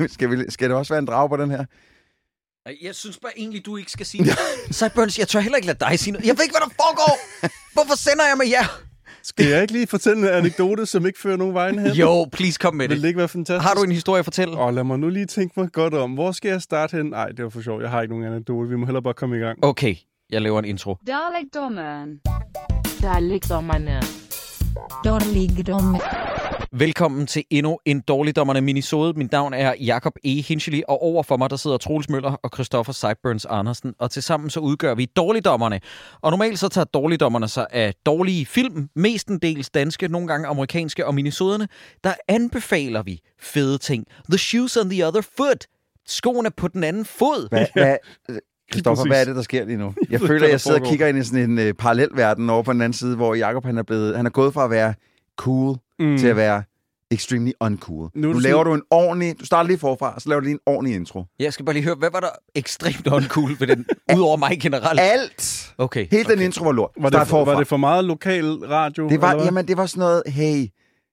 Skal det også være en drage på den her? Jeg synes bare egentlig, du ikke skal sige det. Sideburns, jeg tør heller ikke lade dig sige noget. Jeg ved ikke, hvad der foregår. Hvorfor sender jeg med jer? Skal jeg ikke lige fortælle en anekdote, som ikke fører nogen vejen hen? Jo, please, kom med det. Vil det ikke være fantastisk? Har du en historie at fortælle? Lad mig nu lige tænke mig godt om. Hvor skal jeg starte hen? Nej, det var for sjovt. Jeg har ikke nogen anekdote. Vi må hellere bare komme i gang. Okay, jeg laver en intro. Dalekdommeren. Dalekdommerne. Dalekdommeren. Velkommen til endnu en Dårligdommerne minisode. Mit navn er Jakob E. Hinchely, og over for mig der sidder Troels Møller og Christoffer Sideburns Andersen. Og tilsammen så udgør vi Dårligdommerne. Og normalt så tager Dårligdommerne sig af dårlige film, mestendels danske, nogle gange amerikanske, og minisoderne, der anbefaler vi fede ting. The shoes on the other foot. Skoene på den anden fod. Christoffer, hvad er det, der sker lige nu? Jeg føler, at jeg sidder og kigger ind i sådan en parallelverden over på den anden side, hvor Jakob han er gået fra at være cool til at være extremely uncool. Nu laver du en ordentlig... Du starter lige forfra, og så laver du lige en ordentlig intro. Jeg skal bare lige høre, hvad var der ekstremt uncool ved den, udover mig generelt? Alt! Okay. Helt den intro var lort. Var det for meget lokal radio? Det var sådan noget, hey...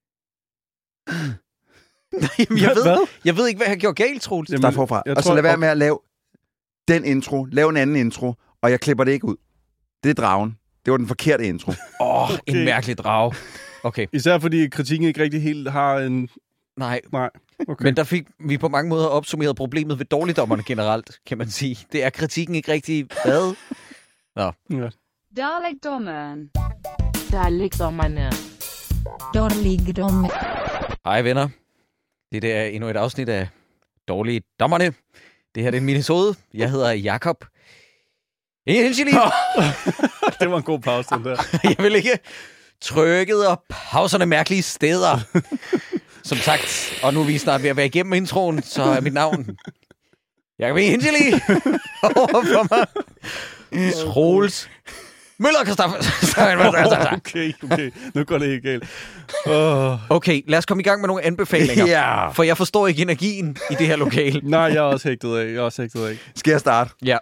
Jamen, jeg ved ikke, hvad jeg gjorde galt, Troels. Start forfra. Og så lad være med at lave den intro. Lav en anden intro, og jeg klipper det ikke ud. Det er dragen. Det var den forkerte intro. Okay. En mærkelig drage. Okay. Især fordi kritikken ikke rigtig helt har en... Nej. Okay. Men der fik vi på mange måder opsummeret problemet ved Dårligdommerne generelt, kan man sige. Det er kritikken ikke rigtig hvad? Nå. Ja. Dalekdommeren. Dalekdommerne. Dalekdommeren. Hej venner. Det er endnu et afsnit af Dårligdommerne. Det her er en minisode. Jeg hedder Jakob Hinchely. Det var en god pause, den der. Jeg vil ikke trykket og pauserne mærkelige steder. Som sagt, og nu er vi snart ved at være igennem introen, så er mit navn Jakob Hinchely. Overfor mig Troels Møller Christoffer. Okay. Nu går det helt galt. Okay, lad os komme i gang med nogle anbefalinger. Ja. For jeg forstår ikke energien i det her lokale. Nej, jeg er også hægtet af. Skal jeg starte? Ja.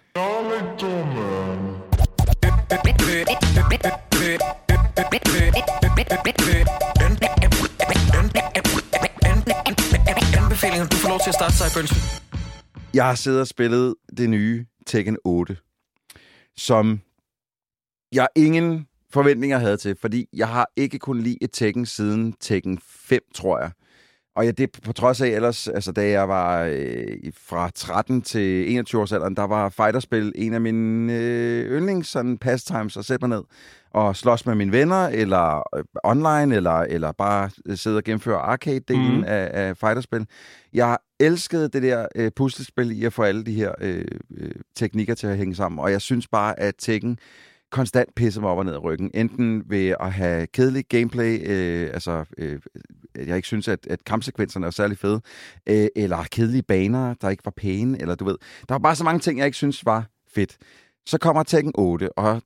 Anbefalinger, du får lov til at starte, Sideburns. Jeg har siddet og spillet det nye Tekken 8, som jeg ingen forventninger havde til, fordi jeg har ikke kunnet lide et Tekken siden Tekken 5, tror jeg. Og det på trods af ellers, altså da jeg var fra 13 til 21 års alderen, der var fighterspil en af mine yndlings sådan pastimes, at sætte mig ned og slås med mine venner, eller online, eller bare sidde og gennemføre arcade-delen af fighterspil. Jeg elskede det der puslespil i at få alle de her teknikker til at hænge sammen, og jeg synes bare, at Tekken konstant pisser mig op og ned af ryggen. Enten ved at have kedelig gameplay, jeg ikke synes, at kampsekvenserne er særlig fede, eller kedelige baner, der ikke var pæne, eller du ved. Der var bare så mange ting, jeg ikke synes var fedt. Så kommer Tekken 8, og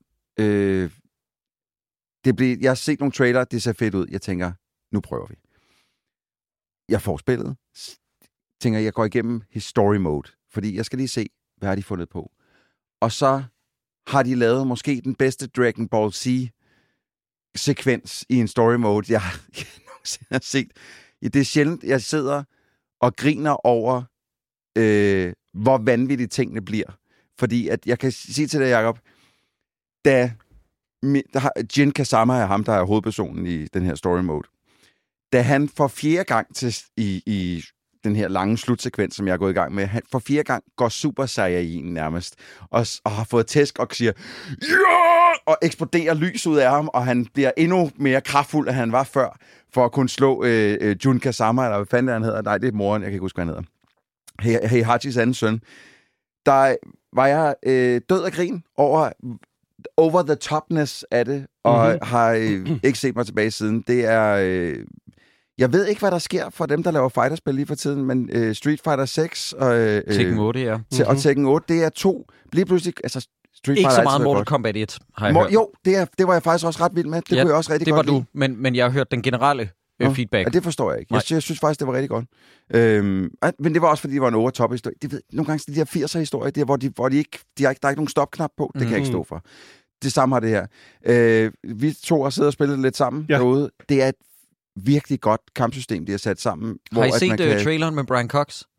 jeg har set nogle trailer, det ser fedt ud. Jeg tænker, nu prøver vi. Jeg får spillet. Tænker, jeg går igennem story mode, fordi jeg skal lige se, hvad har de fundet på. Og så har de lavet måske den bedste Dragon Ball Z-sekvens i en story mode, jeg nogensinde har set. Det er sjældent, jeg sidder og griner over, hvor vanvittige tingene bliver. Fordi at jeg kan sige til dig, Jacob, da Jin Kazama er ham, der er hovedpersonen i den her story mode, da han for 4. gang i den her lange slutsekvens, som jeg er gået i gang med, han for 4. gang går Super Saiyan nærmest, og har fået tæsk og siger, ja! Og eksploderer lys ud af ham, og han bliver endnu mere kraftfuld, end han var før, for at kunne slå Jun Kazama, eller hvad fanden han hedder. Nej, det er moren, jeg kan ikke huske, hvad han hedder. Heihachis anden søn. Der var jeg død af grin over the topness af det, og har ikke set mig tilbage siden. Det er... Jeg ved ikke, hvad der sker for dem, der laver fighterspil lige for tiden, men Street Fighter 6 og Tekken 8, ja. Og Tekken 8, det er 2. Lige pludselig, altså Street ikke Fighter så meget Mortal Kombat 1, har jeg hørt. Jo, det var jeg faktisk også ret vild med. Det kunne jeg også rigtig det godt var du, men jeg har hørt den generelle feedback. Ja, det forstår jeg ikke. Jeg synes faktisk, det var rigtig godt. Men det var også, fordi det var en over-top-historie. Nogle gange de der 80'er-historier, der, hvor der er ikke nogen stopknap på, det kan jeg ikke stå for. Det samme har det her. Vi to har siddet og spillet lidt sammen derude. Det er et virkelig godt kampsystem, de har sat sammen. Har I set traileren med Brian Cox?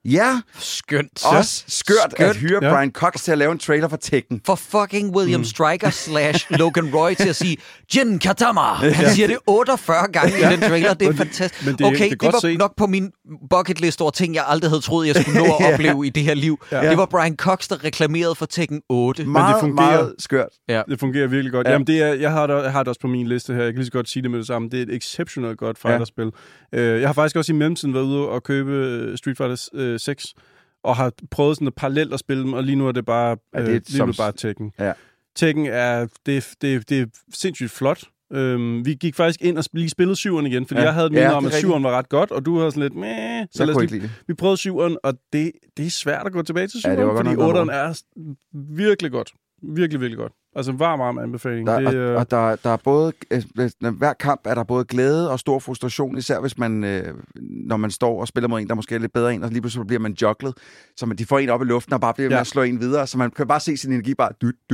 Ja, Skønt. også skørt at hyre Brian Cox til at lave en trailer for Tekken. For fucking William Stryker / Logan Roy til at sige, Jin Katama. Han siger det 48 gange i den trailer. Det er fantastisk. Men det var set. Nok på min bucket list over ting, jeg aldrig havde troet, jeg skulle nå at opleve i det her liv. Ja. Det var Brian Cox, der reklamerede for Tekken 8. Meget skørt. Ja. Det fungerer virkelig godt. Ja. Jamen, jeg har det også på min liste her. Jeg kan lige så godt sige det med det samme. Det er et exceptionelt godt fighterspil. Jeg har faktisk også i mellemtiden været ude og købe Street Fighter 6, og har prøvet sådan et parallelt at spille dem, og lige nu er det bare, bare Tekken. Ja. Tekken er sindssygt flot. Vi gik faktisk ind og lige spillede 7'eren igen, fordi jeg havde den om, at 7'eren var ret godt, og du havde sådan lidt, meh. Så vi prøvede 7'eren, og det er svært at gå tilbage til 7'eren, fordi 8'eren er virkelig godt. Virkelig, virkelig godt. Altså varm anbefaling. Der er både... hver kamp er der både glæde og stor frustration, især hvis man, når man står og spiller mod en, der måske er lidt bedre en, og lige pludselig bliver man jugglet, så de får en op i luften og bare bliver med at slå en videre, så man kan bare se sin energi bare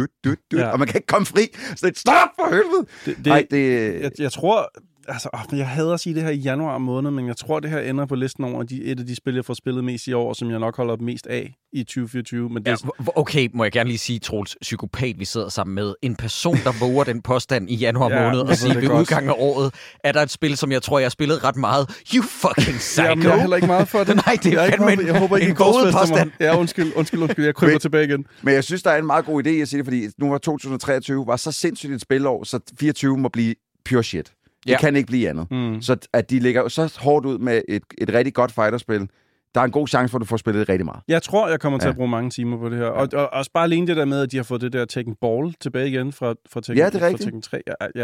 og man kan ikke komme fri. Så det er stop for helvede! Jeg tror... Altså, jeg hader at sige det her i januar måned, men jeg tror, det her ender på listen over et af de spil, jeg får spillet mest i år, som jeg nok holder mest af i 2024. Men det okay, må jeg gerne lige sige, Troels, psykopat, vi sidder sammen med. En person, der våger den påstand i januar måned, og siger, ved udgangen af året, er der et spil, som jeg tror, jeg har spillet ret meget. You fucking psycho! Jamen, jeg er heller ikke meget for det. Nej, det er fandme jeg håber ikke, en god påstand. Ja, undskyld. Jeg kryber tilbage igen. Men jeg synes, der er en meget god idé at sige det, fordi nu var 2023 var så sindssygt et spilår, så 24 må blive pure shit. Det kan ikke blive andet. Så at de ligger så hårdt ud med et rigtig godt fighterspil, der er en god chance for, at du får spillet det rigtig meget. Jeg tror, jeg kommer til at bruge mange timer på det her. Og også bare alene det der med, at de har fået det der Tekken Ball tilbage igen fra Tekken 3.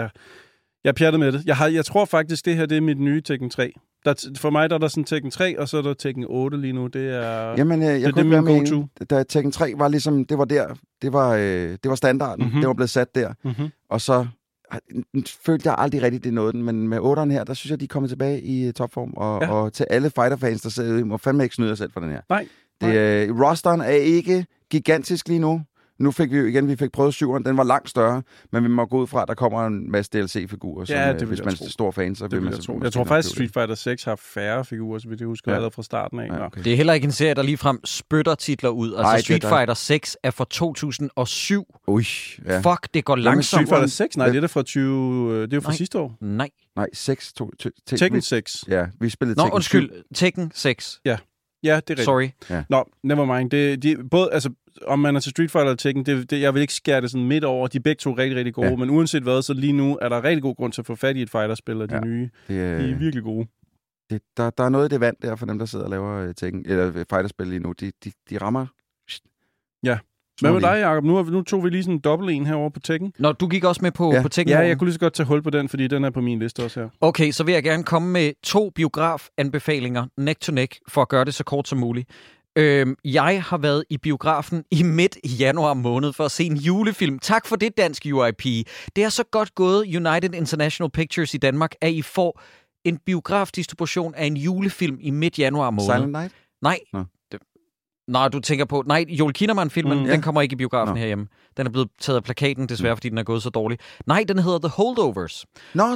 Jeg pjatter med det. Jeg tror faktisk, det her det er mit nye Tekken 3. For mig der er der sådan Tekken 3, og så er der Tekken 8 lige nu. Det er Jamen, jeg kunne være med da Tekken 3 var ligesom, det var der. Det var standarden. Det var blevet sat der. Og så følte jeg aldrig rigtigt, det nåede den, men med 8'eren her, der synes jeg, de er kommet tilbage i topform, og til alle fighterfans, der sidder, må fandme ikke snyde jer selv for den her. Nej. Rosteren er ikke gigantisk lige nu. Nu fik vi fik prøvet 7'eren, den var langt større, men vi må gå ud fra, at der kommer en masse DLC-figurer, hvis man er stor fan, så vil man jeg tror faktisk, Street Fighter 6 har færre figurer, så vidt jeg husker allerede fra starten af. Ja, okay. Det er heller ikke en serie, der ligefrem spytter titler ud. Altså Street Fighter 6 er fra 2007. Fuck, det går langsomt. Street Fighter 6? Nej, det er fra det er jo fra sidste år. Nej, 6. Tekken 6. Ja, vi spillede Tekken 7. Undskyld, Tekken 6. Ja, det er rigtigt. Sorry. Ja. Nå, never mind. Både, altså, om man er til Street Fighter og Tekken, jeg vil ikke skære det sådan midt over. De er begge to rigtig, rigtig gode, men uanset hvad, så lige nu er der rigtig god grund til at få fat i et fighterspil, og de nye, de er virkelig gode. Der er noget i det vand der for dem, der sidder og laver Tekken, eller fighterspil lige nu. De rammer. Ja. Hvad med dig, Jacob? Nu tog vi lige sådan en dobbelt en herovre på Tekken. Nå, du gik også med på Tekken? Ja, jeg kunne lige så godt tage hul på den, fordi den er på min liste også her. Okay, så vil jeg gerne komme med 2 biografanbefalinger neck to neck, for at gøre det så kort som muligt. Jeg har været i biografen i midt januar måned for at se en julefilm. Tak for det, dansk UIP. Det er så godt gået, United International Pictures i Danmark, at I får en biografdistribution af en julefilm i midt januar måned. Silent Night? Nej. Nej, du tænker på... Nej, Joel Kinnaman-filmen, den kommer ikke i biografen herhjemme. Den er blevet taget af plakaten, desværre, fordi den er gået så dårligt. Nej, den hedder The Holdovers.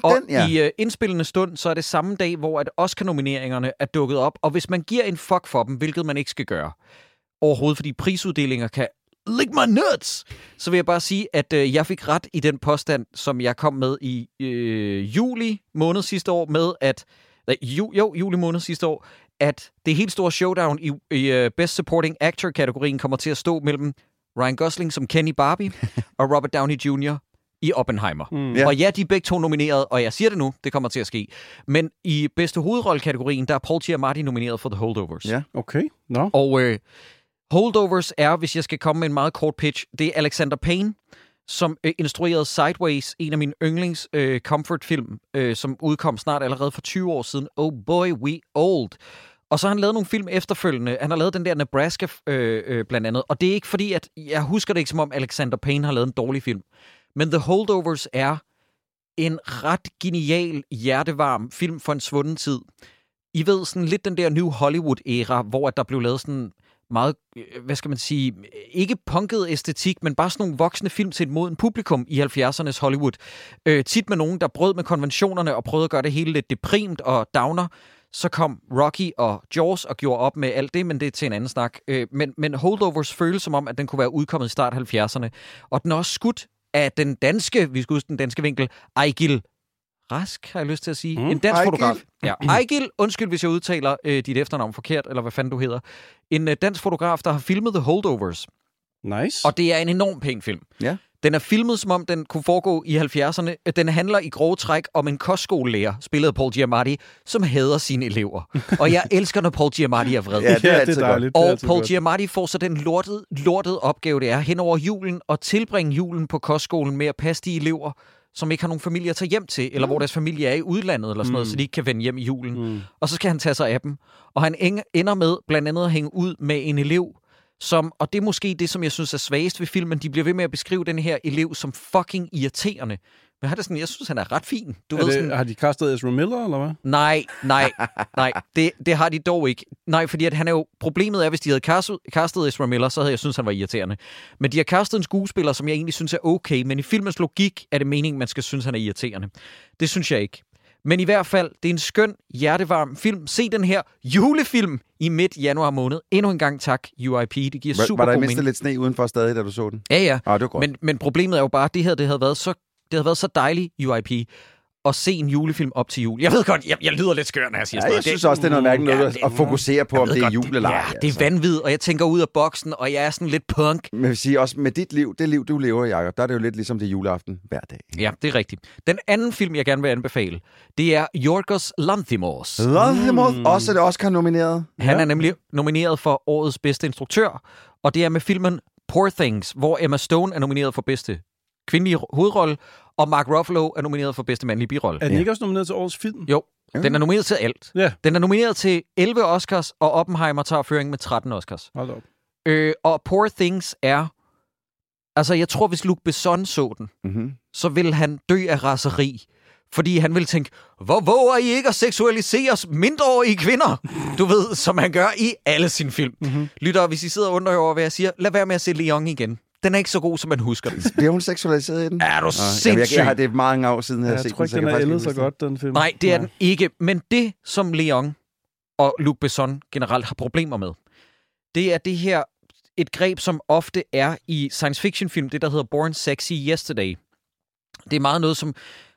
I indspillende stund, så er det samme dag, hvor at Oscar-nomineringerne er dukket op. Og hvis man giver en fuck for dem, hvilket man ikke skal gøre overhovedet, fordi prisuddelinger kan lick my nuts, så vil jeg bare sige, at jeg fik ret i den påstand, som jeg kom med i juli måned sidste år, med at... juli måned sidste år, at det helt store showdown i Best Supporting Actor-kategorien kommer til at stå mellem Ryan Gosling som Ken i Barbie og Robert Downey Jr. i Oppenheimer. Og ja, de er begge to nomineret, og jeg siger det nu, det kommer til at ske. Men i bedste hovedrollekategorien, der er Paul Giamatti nomineret for The Holdovers. Ja, okay. No. Og Holdovers er, hvis jeg skal komme med en meget kort pitch, det er Alexander Payne, som instruerede Sideways, en af mine yndlings comfort-film, som udkom snart allerede for 20 år siden. Oh boy, we old. Og så har han lavet nogle film efterfølgende. Han har lavet den der Nebraska blandt andet. Og det er ikke fordi, at jeg husker det ikke som om Alexander Payne har lavet en dårlig film. Men The Holdovers er en ret genial, hjertevarm film for en svunden tid. I ved, sådan lidt den der New Hollywood-æra, hvor der blev lavet sådan meget, hvad skal man sige, ikke punket æstetik, men bare sådan nogle voksne film til et moden publikum i 70'ernes Hollywood. Tit med nogen, der brød med konventionerne og prøvede at gøre det hele lidt deprimt og downer. Så kom Rocky og Jaws og gjorde op med alt det, men det er til en anden snak. Men Holdovers føles som om, at den kunne være udkommet i start 70'erne. Og den er også skudt af den danske, vi skal huske den danske vinkel, Eigil Rask, har jeg lyst til at sige. En dansk fotograf. Ja, Eigil, undskyld, hvis jeg udtaler dit efternavn forkert, eller hvad fanden du hedder. En dansk fotograf, der har filmet The Holdovers. Nice. Og det er en enormt pæn film. Ja. Den er filmet, som om den kunne foregå i 70'erne. Den handler i grove træk om en kostskolelærer, spillet af Paul Giamatti, som hader sine elever. Og jeg elsker, når Paul Giamatti er vred. Ja, det er altid dejligt. godt. Og Paul Giamatti får så den lortede opgave, det er hen over julen og tilbringe julen på kostskolen med at passe de elever, som ikke har nogen familie at tage hjem til, eller hvor deres familie er i udlandet, eller sådan noget, så de ikke kan vende hjem i julen. Og så skal han tage sig af dem. Og han ender med blandt andet at hænge ud med en elev, som, og det er måske det, som jeg synes er svagest ved filmen, de bliver ved med at beskrive den her elev som fucking irriterende. Men jeg synes, han er ret fin. Har de castet Ezra Miller, eller hvad? Nej, det har de dog ikke. Nej, fordi at han er jo, problemet er, hvis de havde castet Ezra Miller, så havde jeg synes han var irriterende. Men de har castet en skuespiller, som jeg egentlig synes er okay, men i filmens logik er det meningen, man skal synes, han er irriterende. Det synes jeg ikke. Men i hvert fald, det er en skøn, hjertevarm film. Se den her julefilm i midt januar måned. Endnu en gang tak, UIP. Det giver super god mening. Var der mistet lidt sne udenfor stadig, da du så den? Ja. Ah, det var godt. Men problemet er jo bare, at det havde været så dejligt, UIP, at se en julefilm op til jul. Jeg ved godt, jeg lyder lidt skør, når jeg siger sådan noget. Jeg synes også, det er noget mærkeligt at fokusere på, om det er jul eller ej. Ja, det er vanvid, og jeg tænker ud af boksen, og jeg er sådan lidt punk. Men jeg vil sige, også med dit liv, det liv, du lever, Jacob, der er det jo lidt ligesom det juleaften hver dag. Ja, det er rigtigt. Den anden film, jeg gerne vil anbefale, det er Yorgos Lanthimos. Også er det Oscar-nomineret. Han er nemlig nomineret for årets bedste instruktør, og det er med filmen Poor Things, hvor Emma Stone er nomineret for bedste kvindelige hovedrolle, og Mark Ruffalo er nomineret for bedste mandlige birolle. Er den ikke også nomineret til årets film? Jo, den er nomineret til alt. Ja. Den er nomineret til 11 Oscars, og Oppenheimer tager føring med 13 Oscars. Hold op. Og Poor Things er... Altså, jeg tror, hvis Luc Besson så den, så vil han dø af raseri. Fordi han vil tænke, hvor våger I ikke at seksualisere mindreårige kvinder? Du ved, som han gør i alle sine film. Lytter, hvis I sidder under over, hvad jeg siger, lad være med at se Leon igen. Den er ikke så god, som man husker den. Bliver hun seksualiseret i den? Er du sindssyg? Jeg har det mange år siden, jeg har set den. Jeg tror ikke, den er ældet så godt, den film. Nej, det er den ikke. Men det, som Leon og Luc Besson generelt har problemer med, det er det her, et greb, som ofte er i science fiction film, det der hedder Born Sexy Yesterday. Det er meget noget, som...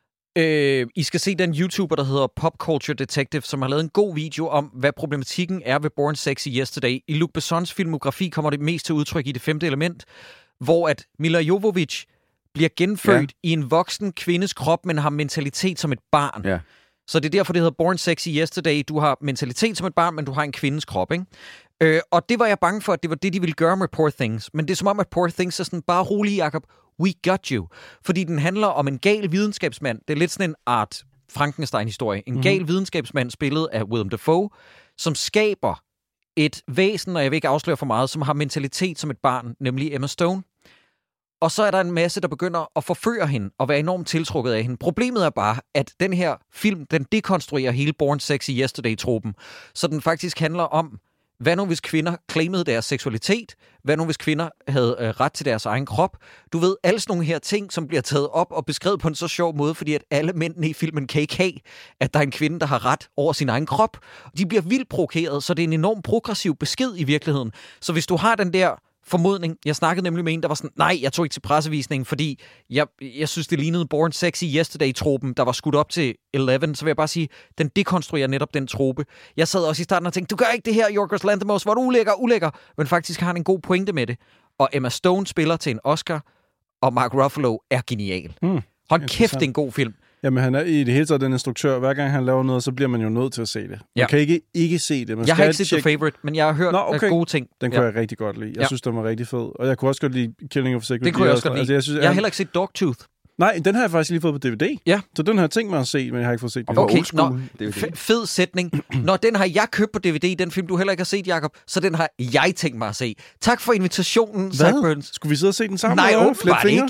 I skal se den YouTuber, der hedder Pop Culture Detective, som har lavet en god video om, hvad problematikken er ved Born Sexy Yesterday. I Luc Bessons filmografi kommer det mest til udtryk i Det femte element, hvor at Mila Jovovich bliver genfødt i en voksen kvindes krop, men har mentalitet som et barn. Ja. Så det er derfor, det hedder Born Sexy Yesterday. Du har mentalitet som et barn, men du har en kvindes krop, ikke? Og det var jeg bange for, at det var det, de ville gøre med Poor Things. Men det er som om, at Poor Things er sådan, bare rolig, Jacob. We got you. Fordi den handler om en gal videnskabsmand. Det er lidt sådan en art Frankenstein-historie. En gal videnskabsmand, spillet af Willem Dafoe, som skaber et væsen, og jeg vil ikke afsløre for meget, som har mentalitet som et barn, nemlig Emma Stone. Og så er der en masse, der begynder at forføre hende og være enormt tiltrukket af hende. Problemet er bare, at den her film, den dekonstruerer hele Born Sexy Yesterday-tropen. Så den faktisk handler om, hvad nu hvis kvinder claimede deres seksualitet? Hvad nu hvis kvinder havde ret til deres egen krop? Du ved, alle sådan nogle her ting, som bliver taget op og beskrevet på en så sjov måde, fordi at alle mændene i filmen kan ikke have, at der er en kvinde, der har ret over sin egen krop. De bliver vildt provokeret, så det er en enorm progressiv besked i virkeligheden. Så hvis du har den der formodning, jeg snakkede nemlig med en, der var sådan, nej, jeg tog ikke til pressevisningen, fordi jeg synes, det lignede Born Sexy Yesterday-tropen, der var skudt op til 11, så vil jeg bare sige, den dekonstruerer netop den trope. Jeg sad også i starten og tænkte, du gør ikke det her, Yorgos Lanthimos, hvor du ulækker, men faktisk har han en god pointe med det. Og Emma Stone spiller til en Oscar, og Mark Ruffalo er genial. Hold kæft, det er en god film. Jamen, han er i det hele taget den instruktør. Hver gang han laver noget, så bliver man jo nødt til at se det. Man kan ikke se det. Jeg har ikke set The Favorite, men jeg har hørt gode ting. Den kunne jeg rigtig godt lide. Jeg synes, den var rigtig fed. Og jeg kunne også godt lide Killing of a Sacred Deer. Det kunne jeg også godt lide. Altså, jeg har heller ikke set Dogtooth. Nej, den har jeg faktisk lige fået på DVD. Ja. Så den har jeg tænkt mig at se, men jeg har ikke fået set den. Okay, fed sætning. Når den har jeg købt på DVD, den film, du heller ikke har set, Jacob, så den har jeg tænkt mig at se. Tak for invitationen, Sideburns. Skulle vi sidde og se den sammen? Nej, åbenbart ikke.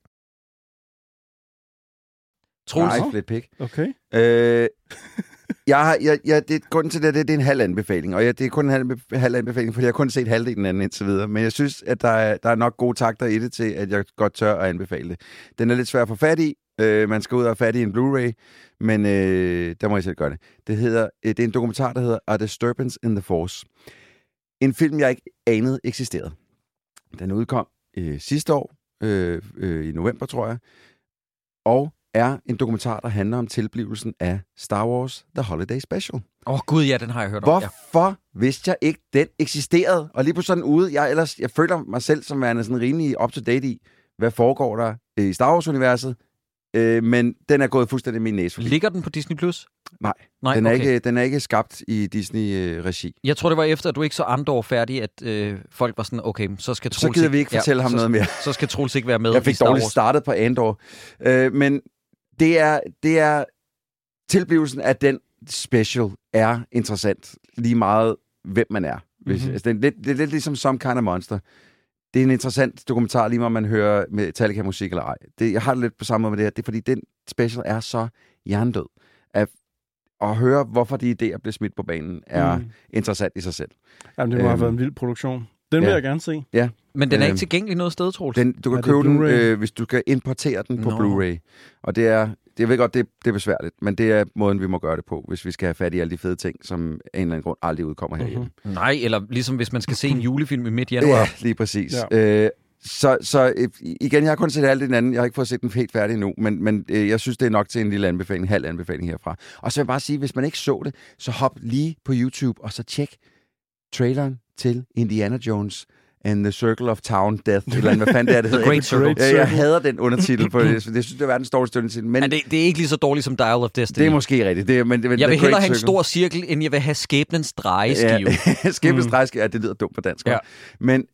Troels? Nej, lidt pik. Okay. Det grunden til det er en halv anbefaling, og det er kun en halv anbefaling, fordi jeg har kun set halvdelen af den indtil videre. Men jeg synes, at der er nok gode takter i det til, at jeg godt tør at anbefale det. Den er lidt svær at få fat i, Man skal ud og have fat i en Blu-ray, men der må jeg selv gøre det. Det er en dokumentar, der hedder A Disturbance in the Force. En film, jeg ikke anede eksisterede. Den udkom sidste år, i november, tror jeg, og er en dokumentar, der handler om tilblivelsen af Star Wars The Holiday Special. Gud, ja, den har jeg hørt om. Hvorfor vidste jeg ikke, den eksisterede? Og lige på sådan ude, jeg føler mig selv som værende sådan rimelig up-to-date i, hvad foregår der i Star Wars-universet, men den er gået fuldstændig min næse. Ligger den på Disney+? Nej, okay. Den er ikke skabt i Disney-regi. Jeg tror, det var efter, at du ikke så Andor færdig, at folk var sådan, okay, så skal Troels... Så gider vi ikke fortælle ham noget mere. Så skal Troels ikke være med. Jeg fik dårligt startet på Andor. Men det er tilblivelsen af den special er interessant. Lige meget, hvem man er. Altså, det er lidt ligesom Some Kind of Monster. Det er en interessant dokumentar, lige meget man hører Metallica-musik eller ej. Jeg har det lidt på samme måde med det her. Det er fordi, den special er så hjernedød. At høre, hvorfor de idéer bliver smidt på banen, er interessant i sig selv. Jamen, det må have været en vild produktion. Den vil jeg gerne se. Ja. Men den er ikke tilgængelig noget sted, Troels? Du kan købe den, hvis du kan importere den på Blu-ray. Og det er... Jeg ved godt, det er besværligt, men det er måden, vi må gøre det på, hvis vi skal have fat i alle de fede ting, som af en eller anden grund aldrig udkommer herhjemme. Nej, eller ligesom hvis man skal se en julefilm i midt januar. Ja, lige præcis. Ja. Så igen, jeg har kun set alt den anden. Jeg har ikke fået set den helt færdig endnu, men jeg synes, det er nok til en lille anbefaling, halv anbefaling herfra. Og så vil jeg bare sige, hvis man ikke så det, så hop lige på YouTube, og så tjek traileren til Indiana Jones and the Circle of Town Death. Eller hvad fanden det er, det hedder. Great Circle. Jeg hader den undertitel på det. Jeg synes, det er verdens dårligste undertitel. Men det er ikke lige så dårligt som Dial of Destiny. Det er måske rigtigt. Jeg vil hellere have en stor cirkel, end jeg vil have skæbnens drejeskive. Ja, skæbnens drejeskive, det lyder dumt på dansk. Ja. Men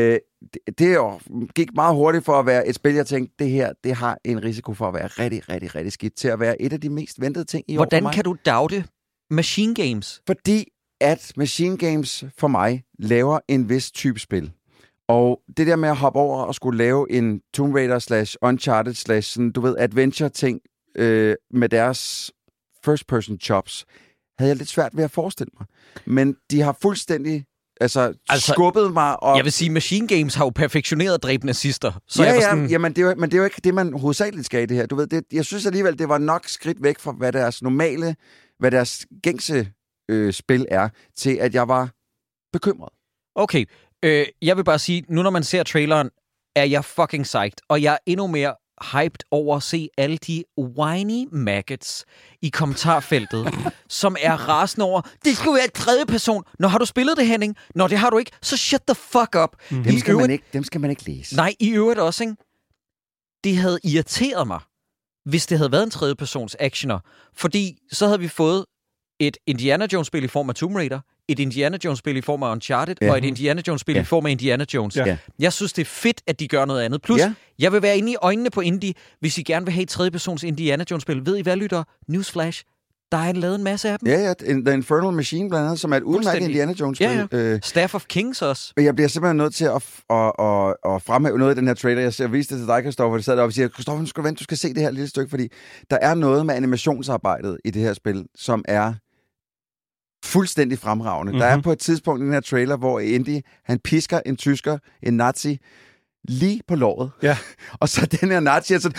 det gik meget hurtigt for at være et spil, jeg tænkte, det her, det har en risiko for at være rigtig, rigtig, rigtig skidt. Til at være et af de mest ventede ting i år. Hvordan kan du doubte Machine Games? Fordi at Machine Games for mig laver en vis type spil. Og det der med at hoppe over og skulle lave en Tomb Raider / Uncharted / sådan, du ved, adventure-ting med deres first-person chops, havde jeg lidt svært ved at forestille mig. Men de har fuldstændig skubbet mig. Og... Jeg vil sige, Machine Games har jo perfektioneret dræb nazister. Så men det er jo ikke det, man hovedsageligt skal i det her. Du ved, jeg synes alligevel, det var nok skridt væk fra, hvad deres gængse spil er, til at jeg var bekymret. Okay. Jeg vil bare sige, nu når man ser traileren, er jeg fucking psyched, og jeg er endnu mere hyped over at se alle de whiny maggots i kommentarfeltet, som er rasende over, det skulle være et tredje person. Nå, har du spillet det, Henning? Nå, det har du ikke. Så shut the fuck up. Dem skal man ikke læse. Nej, i øvrigt også, ikke? Det havde irriteret mig, hvis det havde været en tredje persons actioner, fordi så havde vi fået et Indiana Jones-spil i form af Tomb Raider, et Indiana Jones-spil i form af Uncharted, og et Indiana Jones-spil i form af Indiana Jones. Ja. Jeg synes, det er fedt, at de gør noget andet. Plus, jeg vil være inde i øjnene på Indie, hvis I gerne vil have et tredjepersons Indiana Jones-spil. Ved I hvad, lytter? Newsflash. Der er lavet en masse af dem. Ja, The Infernal Machine blandt andet, som er et udmærket Indiana Jones-spil. Ja. Staff of Kings også. Jeg bliver simpelthen nødt til at fremhæve noget af den her trailer. Jeg viste det til dig, Christoffer, og de sad deroppe og siger, Christoffer, du skal se det her lille stykke, fordi der er noget med animationsarbejdet i det her spil, som er fuldstændig fremragende. Der er på et tidspunkt i den her trailer, hvor Indy, han pisker en tysker, en nazi, lige på låret. Ja. Og så den her nazi er sådan,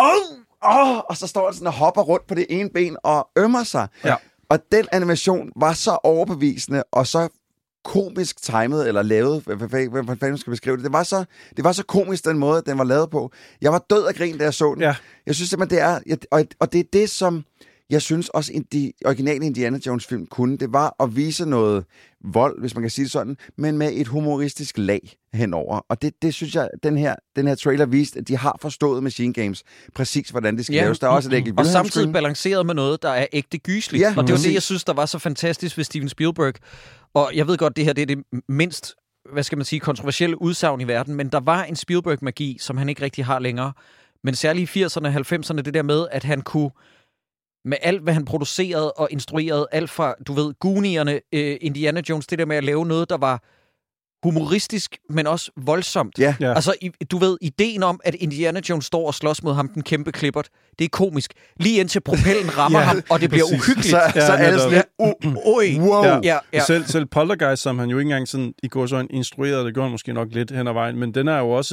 og så står han sådan og hopper rundt på det ene ben og ømmer sig. Ja. Og den animation var så overbevisende og så komisk timet eller lavet, hvad fanden skal beskrive det. Det var så komisk den måde, den var lavet på. Jeg var død af grin, da jeg så den. Ja. Jeg synes simpelthen, det er, og det er det, som jeg synes også, de originale Indiana Jones-film kunne, det var at vise noget vold, hvis man kan sige det sådan, men med et humoristisk lag henover. Og det synes jeg, den her trailer viste, at de har forstået Machine Games præcis, hvordan det skal laves. Der er også et og samtidig balanceret med noget, der er ægte gysligt. Ja, og det var det, jeg synes, der var så fantastisk ved Steven Spielberg. Og jeg ved godt, det her det er det mindst, hvad skal man sige, kontroversielle udsagn i verden, men der var en Spielberg-magi, som han ikke rigtig har længere. Men særligt i 80'erne og 90'erne, det der med, at han kunne med alt, hvad han producerede og instruerede, alt fra, du ved, Goonierne, Indiana Jones, det der med at lave noget, der var humoristisk, men også voldsomt. Ja. Altså, du ved, ideen om, at Indiana Jones står og slås mod ham, den kæmpe Clippert, det er komisk. Lige indtil propellen rammer ham, og det bliver uhyggeligt. Så alle sådan wow. Selv Poltergeist, som han jo ikke engang sådan, i går så instrueret, det gjorde han måske nok lidt hen ad vejen, men den er jo også,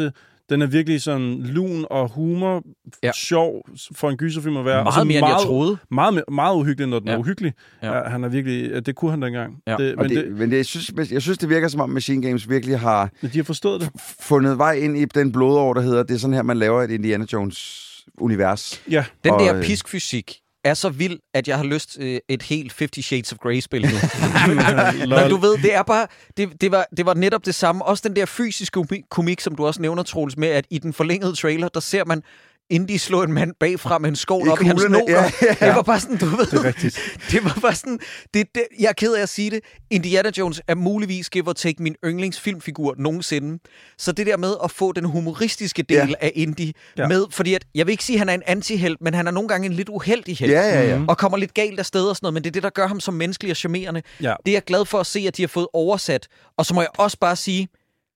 Den er virkelig sådan lun og humor, sjov for en gyserfilm at være. Meget mere, end jeg troede. Meget uhyggelig, når den er uhyggelig. Ja. Ja, han er virkelig... Det kunne han dengang. Ja. Men jeg synes, det virker som om Machine Games virkelig har... De har forstået det. Fundet vej ind i den blodår, der hedder, det er sådan her, man laver et Indiana Jones-univers. Ja. Den der piskfysik er så vild, at jeg har lyst et helt 50 Shades of Grey-spil nu. Men du ved, det er bare... Det var netop det samme. Også den der fysiske komik, som du også nævner, Troels, med, at i den forlængede trailer, der ser man Indy slå en mand bagfra med en skål op i hans noter. Ja. Det var bare sådan, du ved... Det er rigtigt. Det var bare sådan... jeg er ked af at sige det. Indiana Jones er muligvis, give or take, min yndlingsfilmfigur nogensinde. Så det der med at få den humoristiske del af Indy med... Fordi at, jeg vil ikke sige, at han er en antihelt, men han er nogle gange en lidt uheldig helt. Og kommer lidt galt af sted og sådan noget. Men det er det, der gør ham som menneskelig og charmerende. Ja. Det er jeg glad for at se, at de har fået oversat. Og så må jeg også bare sige...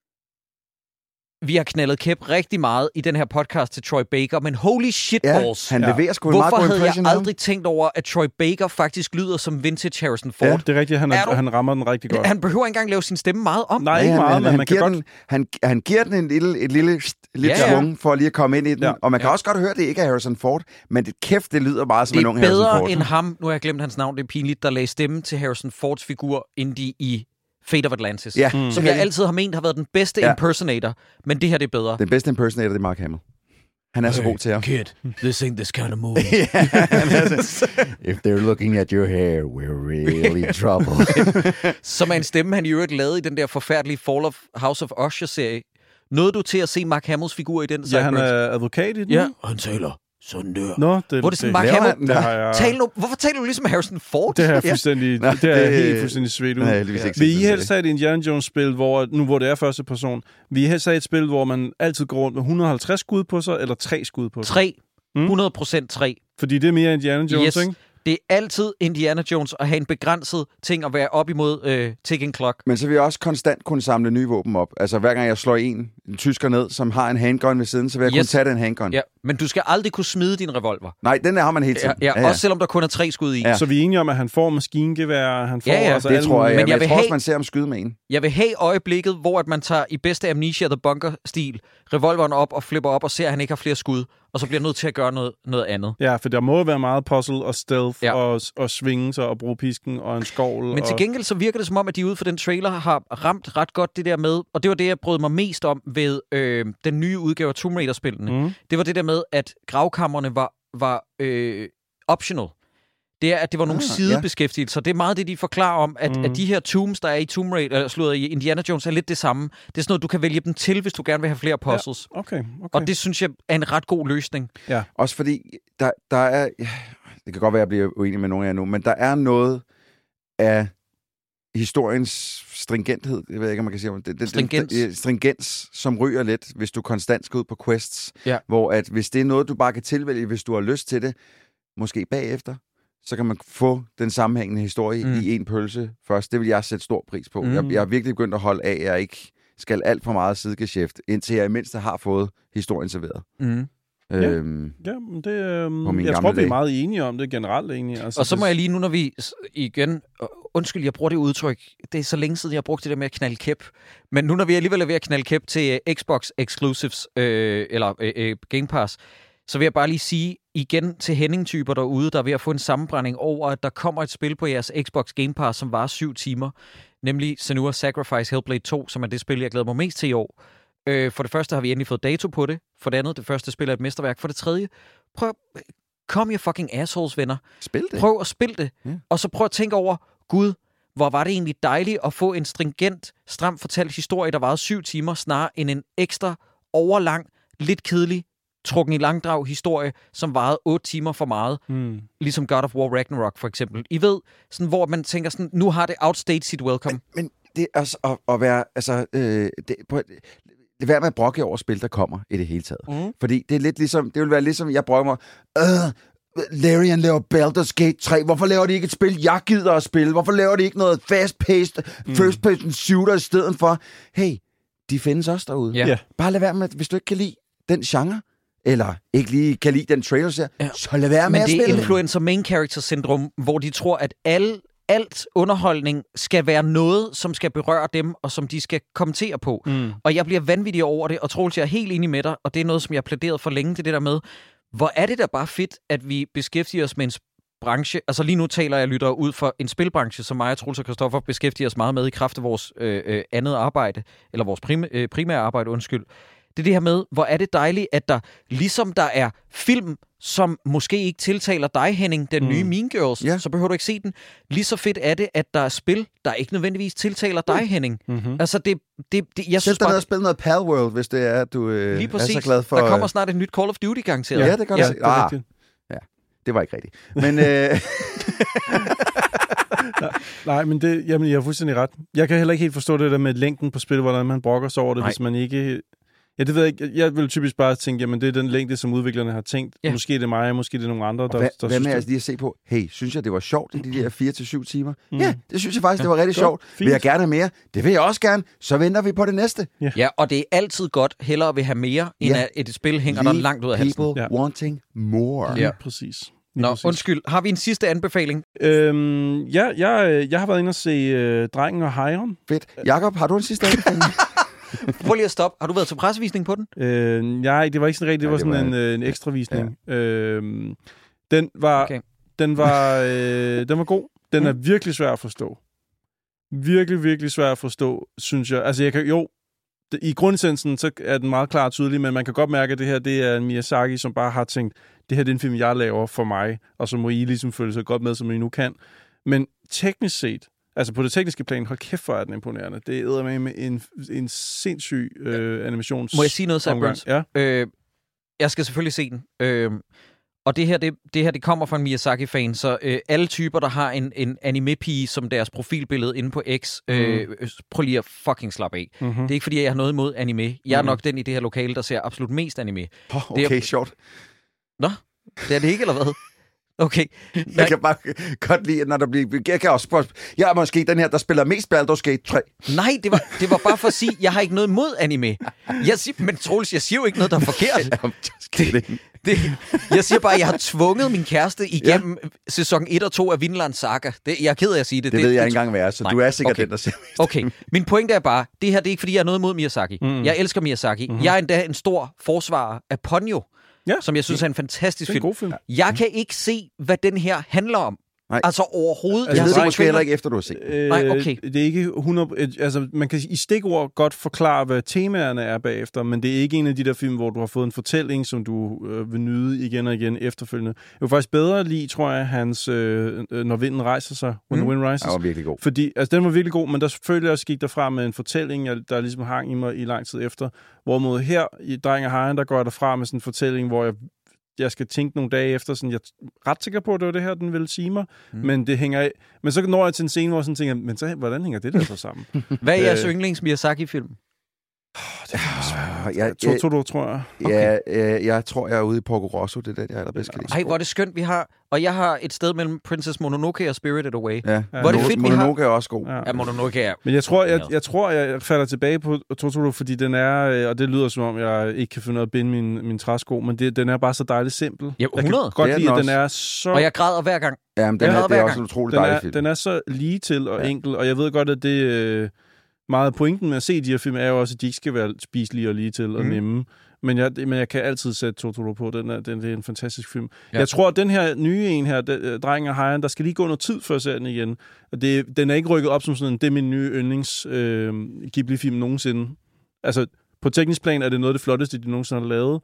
Vi har knaldet kæp rigtig meget i den her podcast til Troy Baker, men holy shitballs. Han leverer sgu en meget god impression. Hvorfor havde jeg aldrig tænkt over, at Troy Baker faktisk lyder som vintage Harrison Ford? Ja, det er rigtigt. Han rammer den rigtig godt. Han behøver ikke engang lave sin stemme meget om. Nej, ikke meget, men man kan godt... Han giver den et lille svung for lige at komme ind i den. Ja. Og man kan også godt høre, at det ikke er Harrison Ford, men det kæft, det lyder meget som en ung Harrison Ford. Det er bedre end ham, nu har jeg glemt hans navn, det er pinligt, der lagde stemme til Harrison Fords figur Indy i Fate of Atlantis, som jeg altid har ment har været den bedste impersonator, men det her det er bedre. Den bedste impersonator, det er Mark Hamill. Han er så god til ham. Kid, this ain't this kind of movie. If they're looking at your hair, we're really in trouble. Som er en stemme, han i øvrigt lavede i den der forfærdelige Fall of House of Usher-serie. Nåede du til at se Mark Hamills figur i den? Ja, han er advokat i den. Ja, og han taler sådan der. Nå, hvor det sådan, Mark Hamill, hvorfor taler du ligesom Harrison Ford? Det er fuldstændig, det er helt fuldstændig svedt ud. Vil I helst have et Indiana Jones-spil, hvor det er første person, vil I helst have et spil, hvor man altid går rundt med 150 skud på sig, eller 3 skud på sig? 3. 100% 3. Fordi det er mere Indiana Jones, ikke? Det er altid Indiana Jones at have en begrænset ting at være op imod ticking clock. Men så vil jeg også konstant kunne samle nye våben op. Altså hver gang jeg slår en tysker ned, som har en handgun ved siden, så vil jeg kunne tage den handgun. Ja, men du skal aldrig kunne smide din revolver. Nej, den der har man hele tiden. Ja. Også selvom der kun er 3 skud i. Ja. Så vi er enige om, at han får maskingevær, han får altså det tror jeg. Men jeg tror også, man ser ham skyde med en. Jeg vil have øjeblikket, hvor at man tager i bedste Amnesia The Bunker-stil revolveren op og flipper op og ser, at han ikke har flere skud. Og så bliver nødt til at gøre noget andet. Ja, for der må være meget puzzle og stealth og svinge sig og bruge pisken og en skovl. Men til gengæld så virker det som om, at de ude for den trailer har ramt ret godt det der med, og det var det, jeg brød mig mest om ved den nye udgave af Tomb Raider-spillene. Det var det der med, at gravkammerne var optional. Det er, at det var nogle sidebeskæftigelser. Det er meget det, de forklarer om, at de her tombs, der er i Tomb Raider, i Indiana Jones, er lidt det samme. Det er sådan noget, du kan vælge dem til, hvis du gerne vil have flere puzzles. Ja, okay. Og det synes jeg er en ret god løsning. Ja. Også fordi, der er... Det kan godt være, at jeg bliver uenig med nogle af jer nu, men der er noget af historiens stringenthed, jeg ved ikke, om man kan sige om det. Stringens, som ryger lidt, hvis du konstant skal ud på quests. Ja. Hvor at hvis det er noget, du bare kan tilvælge, hvis du har lyst til det, måske bagefter, så kan man få den sammenhængende historie i en pølse først. Det vil jeg sætte stor pris på. Jeg har virkelig begyndt at holde af, at jeg ikke skal alt for meget sidegeschæft, indtil jeg i mindste har fået historien serveret. Jeg tror, vi er meget enige om det, generelt enige. Altså, og så må jeg lige nu, når vi igen... Undskyld, jeg bruger det udtryk. Det er så længe siden, jeg brugte det der med at knalde kæp. Men nu, når vi alligevel er ved at knalde kæp til Xbox Exclusives, Game Pass, så vil jeg bare lige sige igen til Henning-typer derude, der er ved at få en sammenbrænding over, at der kommer et spil på jeres Xbox Game Pass, som varer 7 timer. Nemlig Senua's Sacrifice Hellblade 2, som er det spil, jeg glæder mig mest til i år. For det første har vi endelig fået dato på det. For det andet, det første spil er et mesterværk. For det tredje, kom jer fucking assholes, venner. Spil det. Prøv at spille det. Ja. Og så prøv at tænke over, Gud, hvor var det egentlig dejligt at få en stringent, stramt fortalt historie, der varede 7 timer, snarere end en ekstra, overlang, lidt kedelig, trukken i langdrag historie, som varede 8 timer for meget. Ligesom God of War Ragnarok, for eksempel. I ved, sådan, hvor man tænker sådan, nu har det outstayed sit welcome. Men det er altså at være... Altså, det er værd med at brokke over spil, der kommer i det hele taget. Fordi det er lidt ligesom... Det vil være ligesom, jeg brokker mig... Larian laver Baldur's Gate 3. Hvorfor laver de ikke et spil, jeg gider at spille? Hvorfor laver de ikke noget fast-paced, first-person shooter i stedet for? Hey, de findes også derude. Yeah. Bare lad være med, hvis du ikke kan lide den genre, eller ikke lige kan lide den trailer, så lad være med at spille. Men det er influencer main character syndrom, hvor de tror, at alle alt underholdning skal være noget, som skal berøre dem, og som de skal kommentere på. Og jeg bliver vanvittig over det, og Troels, jeg er helt enig med dig, og det er noget, som jeg har plæderet for længe til det der med, hvor er det da bare fedt, at vi beskæftiger os med en branche. Altså lige nu taler jeg lytter ud for en spilbranche, som mig og Troels og Christoffer beskæftiger os meget med i kraft af vores andet arbejde, eller vores primære arbejde, undskyld. Det er det her med, hvor er det dejligt, at der, ligesom der er film, som måske ikke tiltaler dig, Henning, den nye Mean Girls, så behøver du ikke se den. Lige så fedt er det, at der er spil, der ikke nødvendigvis tiltaler dig, Henning. Altså, jeg synes bare... Sæt dig ned og spil noget Palworld, hvis det er, at du lige præcis. er så glad for... Der kommer snart et nyt Call of Duty, garanteret. Ja, det gør det. Ja, det var ikke rigtigt. Men... Nej, men jeg har fuldstændig ret. Jeg kan heller ikke helt forstå det der med længden på spil, hvordan man brokker sig over det, hvis man ikke... Ja, det ved jeg ikke. Jeg vil typisk bare tænke, jamen det er den længde, som udviklerne har tænkt. Ja. Måske er det mig, måske er det nogle andre, der hvad med altså lige at se på, hey, synes jeg, det var sjovt i de der 4-7 timer? Ja, det synes jeg faktisk, det var rigtig sjovt. Fint. Vil jeg gerne have mere? Det vil jeg også gerne. Så venter vi på det næste. Ja, og det er altid godt, hellere vil have mere, end at et spil hænger der langt ud af halsen. People wanting more. Ja, præcis. Undskyld. Har vi en sidste anbefaling? Jeg har været inde og se Drengen og Hejren. Fedt. Jakob, har du en sidste anbefaling? Prøv lige at stoppe. Har du været til pressevisning på den? Nej, det var ikke sådan rigtigt. Det var sådan en ekstra visning. Ja. Den var god. Den er virkelig svær at forstå. Virkelig, virkelig svær at forstå, synes jeg. Altså, i grundessensen, så er den meget klar og tydelig, men man kan godt mærke, at det her, det er en Miyazaki, som bare har tænkt, det her det er en film, jeg laver for mig, og så må I ligesom følge sig godt med, som I nu kan. Men teknisk set, altså på det tekniske plan, hold kæft, hvor er den imponerende. Det æder med en sindssyg animations... Må jeg sige noget, Sideburns? Ja. Jeg skal selvfølgelig se den. Og det her kommer fra en Miyazaki-fan, så alle typer, der har en anime-pige som deres profilbillede inde på X, prøv lige at fucking slappe af. Det er ikke, fordi jeg har noget imod anime. Jeg er nok den i det her lokale, der ser absolut mest anime. Okay, sjovt. Nå, det er det ikke, eller hvad? Okay. Jeg kan bare godt lide, når der bliver... Jeg kan også spørge... Jeg er måske den her, der spiller mest Baldur's Gate 3. Nej, det var bare for at sige, jeg har ikke noget mod anime. Men Troels, jeg siger jo ikke noget, der er forkert. Jeg siger bare, at jeg har tvunget min kæreste igennem sæson 1 og 2 af Vinland Saga. Jeg er ked af at sige det. Det ved jeg ikke engang, hvad er, så du er sikkert den, der ser mest. Okay, min pointe er bare, det her det er ikke, fordi jeg har noget mod Miyazaki. Jeg elsker Miyazaki. Jeg er endda en stor forsvarer af Ponyo. Som jeg synes er en fantastisk film. Film. Jeg kan ikke se, hvad den her handler om. Nej. Altså overhovedet. Jeg ved det måske heller ikke efter, du har set Nej, okay. Det er ikke 100... Altså, man kan i stikord godt forklare, hvad temaerne er bagefter, men det er ikke en af de der film, hvor du har fået en fortælling, som du vil nyde igen og igen efterfølgende. Jeg var faktisk bedre lige, tror jeg, hans Når vinden rejser sig. When the Wind Rises. Den var virkelig god. Fordi, altså, den var virkelig god, men der selvfølgelig også gik derfra med en fortælling, der ligesom hang i mig i lang tid efter. Hvorimod her i Dreng og Hejren, der går jeg derfra med sådan en fortælling, hvor jeg skal tænke nogle dage efter, sådan, jeg er ret sikker på, at det var det her, den ville sige mig, men det hænger af. Men så når jeg til en scene, hvor jeg sådan tænker, men så, hvordan hænger det der så sammen? Hvad er jeres yndlings Miyazaki-film? Det er svært. Totoro, tror jeg. Okay. Jeg tror, jeg er ude i Porco Rosso, det er det, jeg allerbedst kan lide. Ej, hvor er det skønt, vi har. Og jeg har et sted mellem Princess Mononoke og Spirited Away. Ja. Hvor er det fedt, Mononoke er også god. Ja, Mononoke er... Men jeg tror, jeg falder tilbage på Totoro, fordi den er, og det lyder som om, jeg ikke kan finde ud af at binde min træsko, men den er bare så dejligt simpel. Ja, 100. Jeg kan godt lide, at den er så... Og jeg græder hver gang. Ja, men det er også en utrolig dejlig film. Den er så lige til og enkel, og jeg ved godt, at det... Meget pointen med at se de her film er jo også, at de ikke skal være spiselige og lige til og nemme. Men jeg kan altid sætte Totoro på. Det er en fantastisk film. Ja. Jeg tror, at den her nye en her, Drengen og Hejren, der skal lige gå noget tid før jeg ser den igen. Og den er ikke rykket op som sådan en, det er min nye yndlings Ghibli-film nogensinde. Altså, på teknisk plan er det noget af det flotteste, de nogensinde har lavet.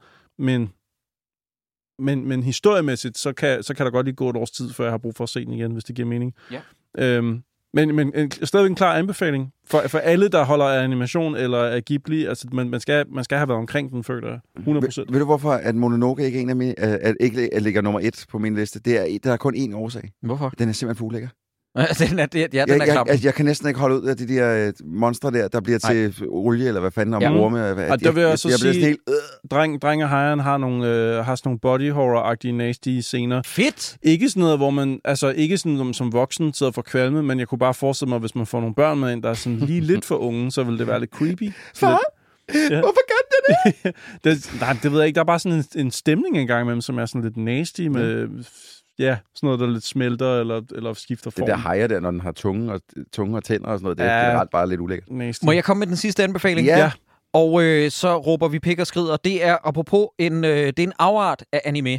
Men historiemæssigt, så kan der godt lige gå et års tid, før jeg har brug for at se den igen, hvis det giver mening. Ja. Men stadig en klar anbefaling for alle, der holder af animation eller af Ghibli. Altså, man skal have været omkring den, føler jeg. 100%. Ved du, hvorfor at Mononoke ikke er en af mine, ikke ligger nummer 1 på min liste? Der er kun én årsag. Hvorfor? Den er simpelthen for ulækker. Den er klam. Jeg kan næsten ikke holde ud af de der monstre der bliver til olie, eller hvad fanden, om orme. Og der vil jeg så sige, helt, Dreng og Hejren har sådan nogle body horror-agtige nasty scener. Fedt! Ikke sådan noget, hvor man, altså ikke sådan som voksen sidder for kvalme, men jeg kunne bare forestille mig, hvis man får nogle børn med ind, der er sådan lige lidt for unge, så vil det være lidt creepy. Far? Ja. Hvorfor gør det? det ved jeg ikke. Der er bare sådan en stemning engang imellem, som er sådan lidt nasty med... Ja, sådan noget, der lidt smelter eller skifter form. Det der hajer der, når den har tunge og tænder og sådan noget, det er generelt bare lidt ulækkert. Næste. Må jeg komme med den sidste anbefaling? Ja. Og så råber vi pik og skrider. Det er apropos det er en afart af anime,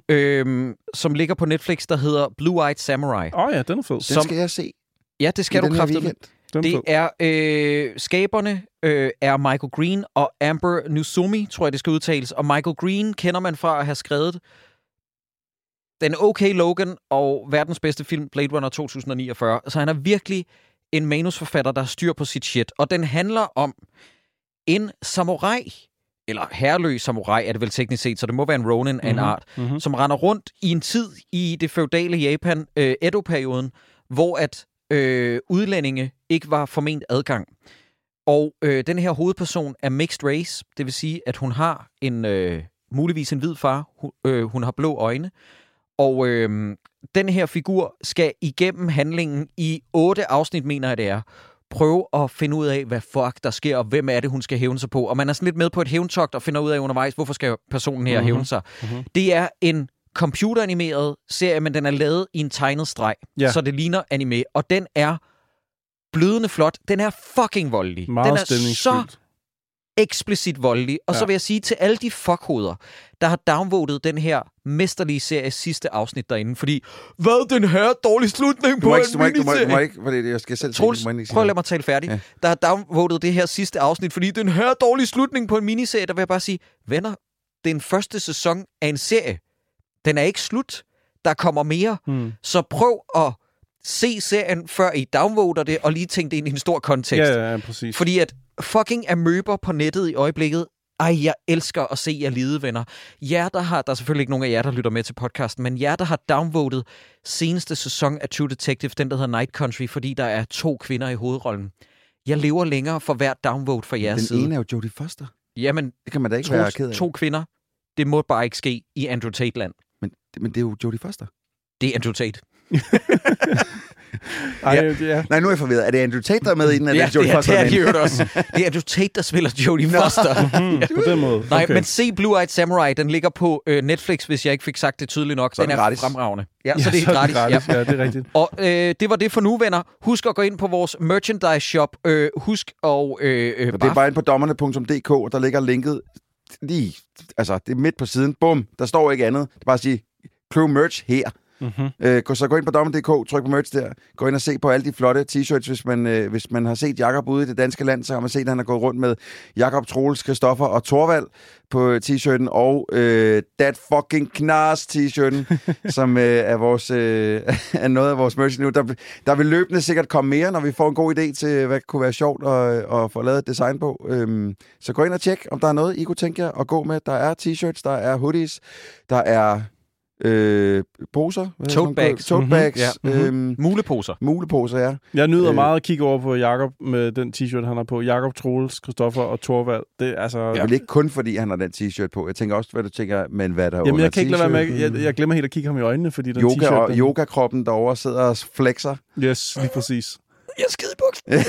som ligger på Netflix, der hedder Blue Eyed Samurai. Ja, den er fed. Den skal jeg se. Ja, det skal du kraftedeme. Det er skaberne er Michael Green og Amber Nuzumi, tror jeg det skal udtales. Og Michael Green kender man fra at have skrevet den okay Logan og verdens bedste film Blade Runner 2049. Så han er virkelig en manusforfatter, der har styr på sit shit. Og den handler om en samurai, eller herreløs samurai er det vel teknisk set, så det må være en ronin af en art, som render rundt i en tid i det feudale Japan, Edo-perioden, hvor at udlændinge ikke var forment adgang. Og den her hovedperson er mixed race, det vil sige, at hun har muligvis en hvid far, hun har blå øjne, og den her figur skal igennem handlingen i 8 afsnit, mener jeg det er, prøve at finde ud af, hvad fuck der sker, og hvem er det, hun skal hævne sig på. Og man er sådan lidt med på et hævntogt og finder ud af undervejs, hvorfor skal personen her hævne sig. Det er en computeranimeret serie, men den er lavet i en tegnet streg, så det ligner anime, og den er blødende flot. Den er fucking voldelig. Meget den er så eksplicit voldelig. Og så vil jeg sige til alle de fuckhoveder, der har downvotet den her mesterlige serie sidste afsnit derinde, fordi, hvad den her dårlig slutning på en miniserie? Du må ikke, fordi jeg skal selv Troels, prøv at lade mig tale færdig. Ja. Der har downvotet det her sidste afsnit, fordi den her dårlig slutning på en miniserie, der vil jeg bare sige, venner, det er en første sæson af en serie. Den er ikke slut. Der kommer mere. Så prøv at se serien, før I downvoter det, og lige tænk det ind i en stor kontekst. Ja, præcis. Fordi at fucking amøber på nettet i øjeblikket, jeg elsker at se jer lide, venner. Jer, der er selvfølgelig ikke nogen af jer, der lytter med til podcasten, men jer, der har downvotet seneste sæson af True Detective, den der hedder Night Country, fordi der er 2 kvinder i hovedrollen. Jeg lever længere for hver downvote for jeres side. Den ene er jo Jodie Foster. Jamen, det kan man da ikke være ked af. 2 kvinder, det må bare ikke ske i Andrew Tate-land. Men det er jo Jodie Foster. Det er Andrew Tate. Nej, nu er jeg forvirret. Er det Andrew Tate, der er med i den? Ja, det er det også. Det er Andrew Tate, der spiller Jodie Foster. På den måde. Nej, men se Blue Eyed Samurai. Den ligger på Netflix, hvis jeg ikke fik sagt det tydeligt nok. Så den er gratis. Fremragende. Ja, så det er gratis. Ja, det er rigtigt. Og det var det for nu, venner. Husk at gå ind på vores merchandise shop. Husk at... det er bare ind på dommerne.dk, og der ligger linket lige... Altså, det er midt på siden. Bum, der står ikke andet. Det er bare at sige, køb merch her. Så gå ind på dommer.dk, tryk på merch der, gå ind og se på alle de flotte t-shirts. Hvis man har set Jakob ude i det danske land, så har man set, at han har gået rundt med Jakob, Troels, Christoffer og Thorvald på t-shirten, og That Fucking Knars t-shirten, som er noget af vores merch nu. Der vil løbende sikkert komme mere, når vi får en god idé til, hvad kunne være sjovt at få lavet et design på. Så gå ind og tjek, om der er noget, I kunne tænke jer at gå med. Der er t-shirts, der er hoodies, der er... poser. Tote bags. Muleposer, ja. Jeg nyder meget at kigge over på Jakob med den t-shirt, han har på. Jakob, Troels, Christoffer og Thorvald. Det er altså... Jeg vil ikke kun, fordi han har den t-shirt på. Jeg tænker også, hvad du tænker, men hvad der er Jamen, jeg kan ikke lade være med... Jeg glemmer helt at kigge ham i øjnene, fordi den yoga t-shirt... Og yoga-kroppen derovre sidder og flexer. Yes, lige præcis. Jeg er skide i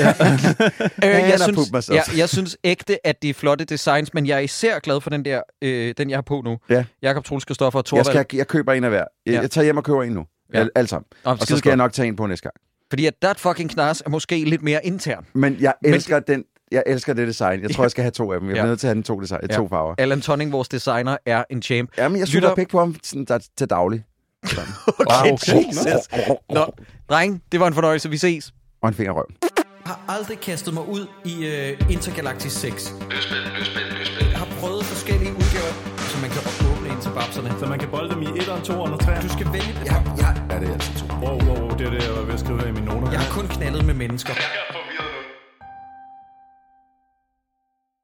buksen. Jeg synes ægte, at det er flotte designs, men jeg er især glad for den der, den jeg har på nu. Ja. Jakob, Troels, Christoffer og Thorvald. Jeg køber en af hver. Jeg tager hjem og køber en nu. Ja. Alle sammen. Og så skal jeg nok tage en på næste gang. Fordi at That Fucking Knars er måske lidt mere intern. Men jeg elsker Jeg elsker det design. Jeg tror, jeg skal have 2 af dem. Jeg er nødt til at have 2 farver. Allan Tonning, vores designer, er en champ. Jamen, jeg sutter pæk på ham til daglig. Okay. Nå, dreng, det var en fornøjelse. Vi ses. Og en fingerrøv. Jeg har aldrig kastet mig ud i Intergalactic 6. Jeg har prøvet forskellige udgaver, så man kan åbne ind til babserne. Så man kan bolde dem i 1'eren, 2'eren og 3'eren? Du skal vælge det. Ja, det er altid 2. Wow, det er det, jeg var ved at skrive her i mine noter. Jeg har kun knaldet med mennesker.